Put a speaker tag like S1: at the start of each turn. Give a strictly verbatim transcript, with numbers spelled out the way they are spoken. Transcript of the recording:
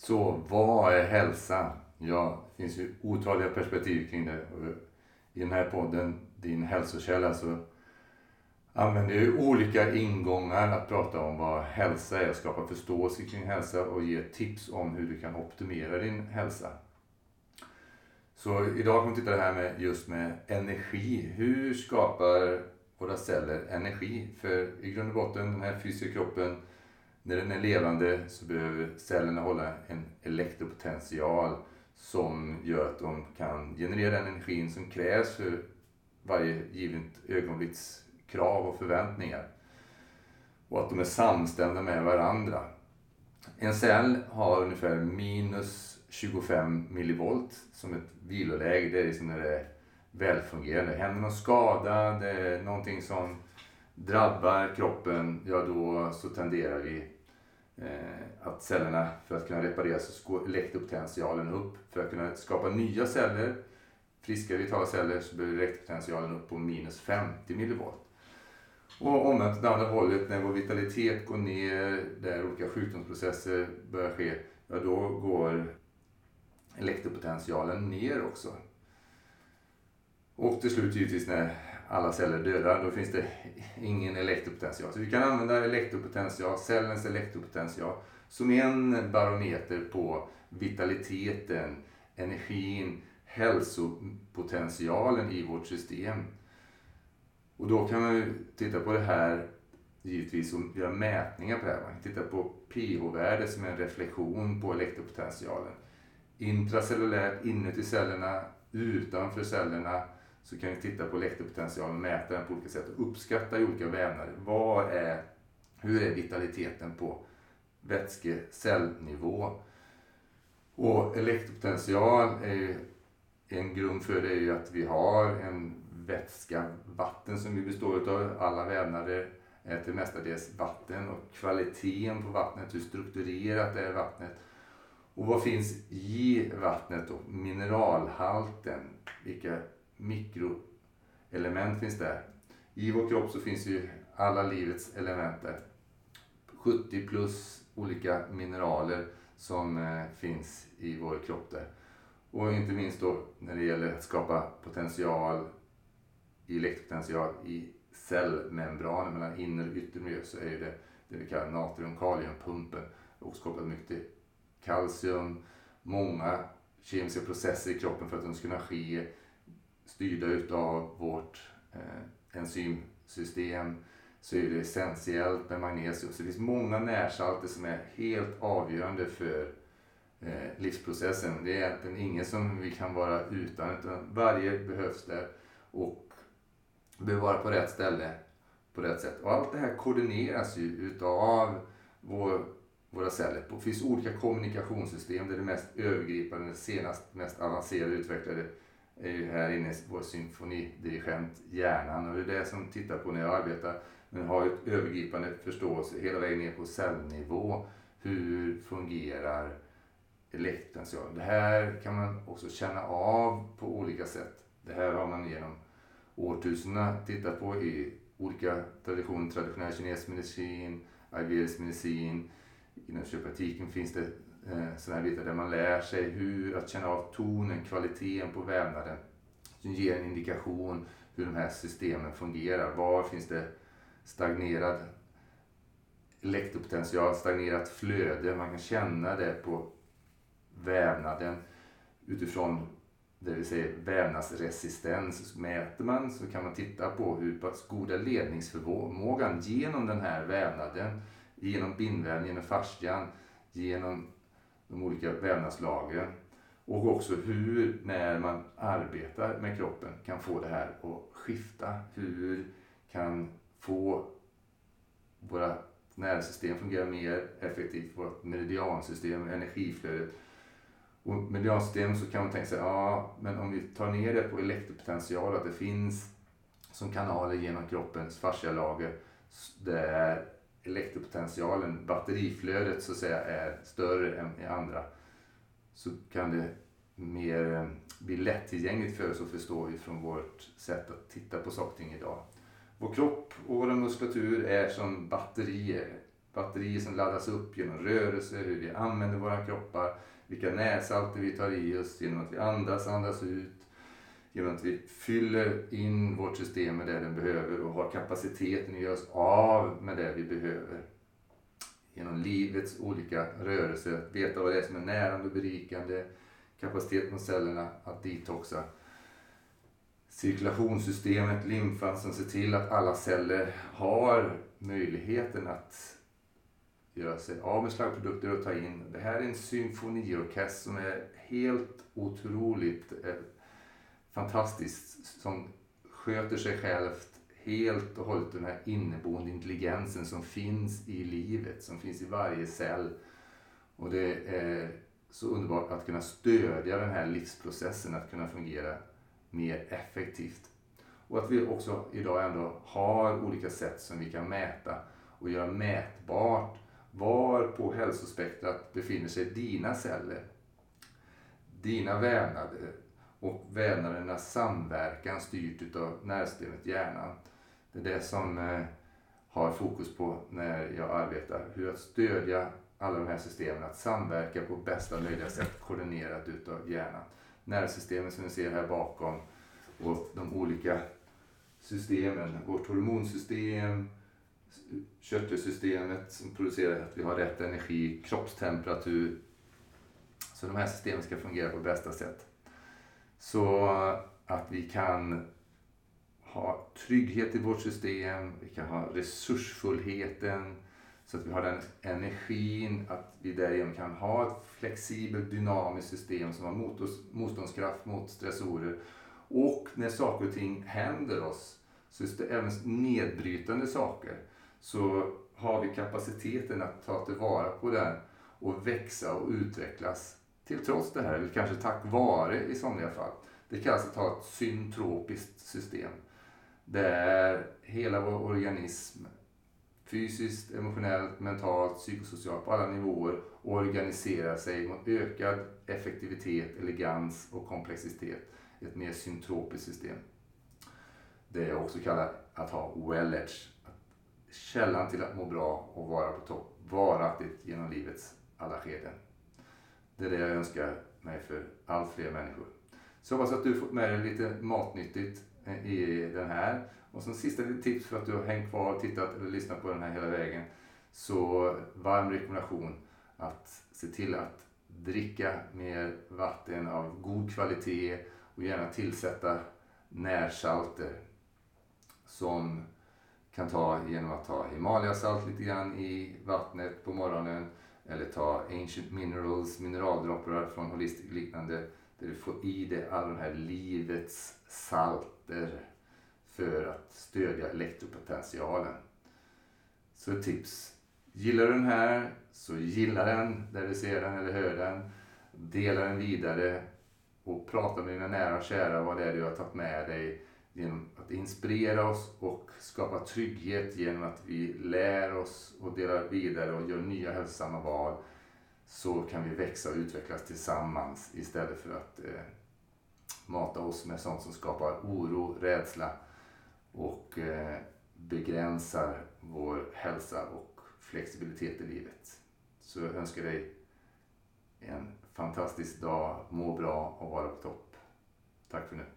S1: Så vad är hälsa? Ja, det finns ju otaliga perspektiv kring det. I den här podden, Din hälsokälla, så använder jag ju olika ingångar att prata om vad hälsa är, skapa förståelse kring hälsa och ge tips om hur du kan optimera din hälsa. Så idag kommer vi titta det här med just med energi. Hur skapar våra celler energi? För i grund och botten, den här fysiska kroppen, när den är levande så behöver cellerna hålla en elektropotential som gör att de kan generera den energin som krävs för varje givet ögonblicks krav och förväntningar. Och att de är samstämda med varandra. En cell har ungefär minus tjugofem millivolt som ett viloläge. Det är liksom när det är välfungerande. Händer någon skada, det är någonting som drabbar kroppen, ja då så tenderar vi eh, att cellerna, för att kunna repareras, så går elektropotentialen upp. För att kunna skapa nya celler, friska vitala celler, så behöver elektropotentialen upp på minus femtio millivolt. Och omvänt åt andra hållet, när vår vitalitet går ner, där olika sjukdomsprocesser börjar ske, ja då går elektropotentialen ner också. Och till slut givetvis när alla celler dödar, då finns det ingen elektropotential. Så vi kan använda elektropotential, cellens elektropotential, som en barometer på vitaliteten, energin, hälsopotentialen i vårt system. Och då kan man titta på det här givetvis och göra mätningar på det här. Man kan titta på pH-värde som är en reflektion på elektropotentialen. Intracellulärt inuti cellerna, utanför cellerna, så kan vi titta på elektropotentialen och mäta den på olika sätt och uppskatta i olika vävnader. Vad är, hur är vitaliteten på vätskecellnivå? Och elektropotential är ju, en grund för det är ju att vi har en vätska, vatten, som vi består av. Alla vävnader är till mestadels vatten, och kvaliteten på vattnet, hur strukturerat är vattnet och vad finns i vattnet och mineralhalten, vilka mikroelement finns där. I vår kropp så finns ju alla livets element där. sjuttio plus olika mineraler som eh, finns i vår kropp där. Och inte minst då när det gäller att skapa potential, elektropotential i cellmembranen mellan inre och yttre miljö, så är det det vi kallar natrium-kaliumpumpen. Och skapar mycket kalcium, många kemiska processer i kroppen för att de ska kunna ske, styrda utav vårt eh, enzymsystem, så är det essentiellt med magnesium. Så det finns många närsalter som är helt avgörande för eh, livsprocessen. Det är egentligen ingen som vi kan vara utan, utan varje behövs där och behöver vara på rätt ställe på rätt sätt. Och allt det här koordineras ju utav vår, våra celler. Det finns olika kommunikationssystem där det mest övergripande, senast mest avancerade utvecklade är ju här inne i vår symfonidirigent, hjärnan. Och det är det som tittar på när jag arbetar. Men har ett övergripande förståelse hela vägen ner på cellnivå. Hur fungerar elektropotentialen? Det här kan man också känna av på olika sätt. Det här har man genom årtusendena tittat på i olika traditioner, traditionell kinesisk medicin, ayurvedisk medicin. Inom kiropraktiken finns det eh, sådana här bitar där man lär sig hur att känna av tonen, kvaliteten på vävnaden, som ger en indikation hur de här systemen fungerar. Var finns det stagnerad elektropotential, stagnerat flöde? Man kan känna det på vävnaden utifrån, det vill säga vävnadsresistens. Mäter man så kan man titta på hur pass goda ledningsförmågan genom den här vävnaden, genom bindvävnaden, genom fascian, genom de olika vävnadslagren. Och också hur, när man arbetar med kroppen, kan få det här att skifta. Hur kan få våra nervsystem fungera mer effektivt, vårt meridiansystem, energiflödet. Och meridiansystem, så kan man tänka sig, ja, men om vi tar ner det på elektropotential, att det finns som kanaler genom kroppens fascialager där elektropotentialen, batteriflödet så att säga, är större än i andra, så kan det mer bli lättillgängligt för oss att förstå ifrån vårt sätt att titta på saker och ting idag. Vår kropp och vår muskulatur är som batterier. batterier som laddas upp genom rörelse, hur vi använder våra kroppar, vilka närsalter vi tar i oss genom att vi andas, andas ut, genom att vi fyller in vårt system med det den behöver och har kapaciteten att göra oss av med det vi behöver. Genom livets olika rörelser, veta vad det är som är närande och berikande, kapaciteten hos cellerna att detoxa. Cirkulationssystemet, lymfan som ser till att alla celler har möjligheten att göra sig av med slaggprodukter och ta in. Det här är en symfoniorkester som är helt otroligt eh, fantastiskt, som sköter sig självt helt och hållet, den här inneboende intelligensen som finns i livet, som finns i varje cell. Och det är så underbart att kunna stödja den här livsprocessen, att kunna fungera mer effektivt. Och att vi också idag ändå har olika sätt som vi kan mäta och göra mätbart var på hälsospektrat befinner sig dina celler, dina vävnader och vävnadernas samverkan styrt av nervsystemet, hjärnan. Det är det som eh, har fokus på när jag arbetar. Hur att stödja alla de här systemen att samverka på bästa möjliga sätt, koordinerat utav hjärnan. Nervsystemet som vi ser här bakom och de olika systemen, vårt hormonsystem, körtelsystemet som producerar att vi har rätt energi, kroppstemperatur. Så de här systemen ska fungera på bästa sätt. Så att vi kan ha trygghet i vårt system, vi kan ha resursfullheten, så att vi har den energin, att vi därigenom kan ha ett flexibelt, dynamiskt system som har motståndskraft mot stressorer. Och när saker och ting händer oss, så är det även nedbrytande saker, så har vi kapaciteten att ta tillvara på den och växa och utvecklas till trots det här, eller kanske tack vare i somliga fall. Det kallas att ha ett syntropiskt system där hela vår organism fysiskt, emotionellt, mentalt, psykosocialt på alla nivåer organiserar sig mot ökad effektivitet, elegans och komplexitet. Ett mer syntropiskt system. Det jag också kallar att ha well-edge. Källan till att må bra och vara på topp varaktigt genom livets alla skeden. Det är det jag önskar mig för allt fler människor. Så jag hoppas att du fått med dig lite matnyttigt i den här. Och som sista litet tips för att du har hängt kvar och tittat eller lyssnat på den här hela vägen. Så varm rekommendation att se till att dricka mer vatten av god kvalitet och gärna tillsätta närsalter som kan ta genom att ta Himalayasalt lite grann i vattnet på morgonen eller ta Ancient Minerals, mineraldroppar från Holistic liknande, där du får i dig alla de här livets salter för att stödja elektropotentialen. Så ett tips. Gillar du den här, så gilla den där du ser den eller hör den. Dela den vidare och prata med dina nära och kära vad det är du har tagit med dig, genom att inspirera oss och skapa trygghet genom att vi lär oss och delar vidare och gör nya hälsosamma val. Så kan vi växa och utvecklas tillsammans istället för att eh, mata oss med sånt som skapar oro, rädsla och eh, begränsar vår hälsa och flexibilitet i livet. Så jag önskar dig en fantastisk dag, må bra och vara på topp. Tack för nu.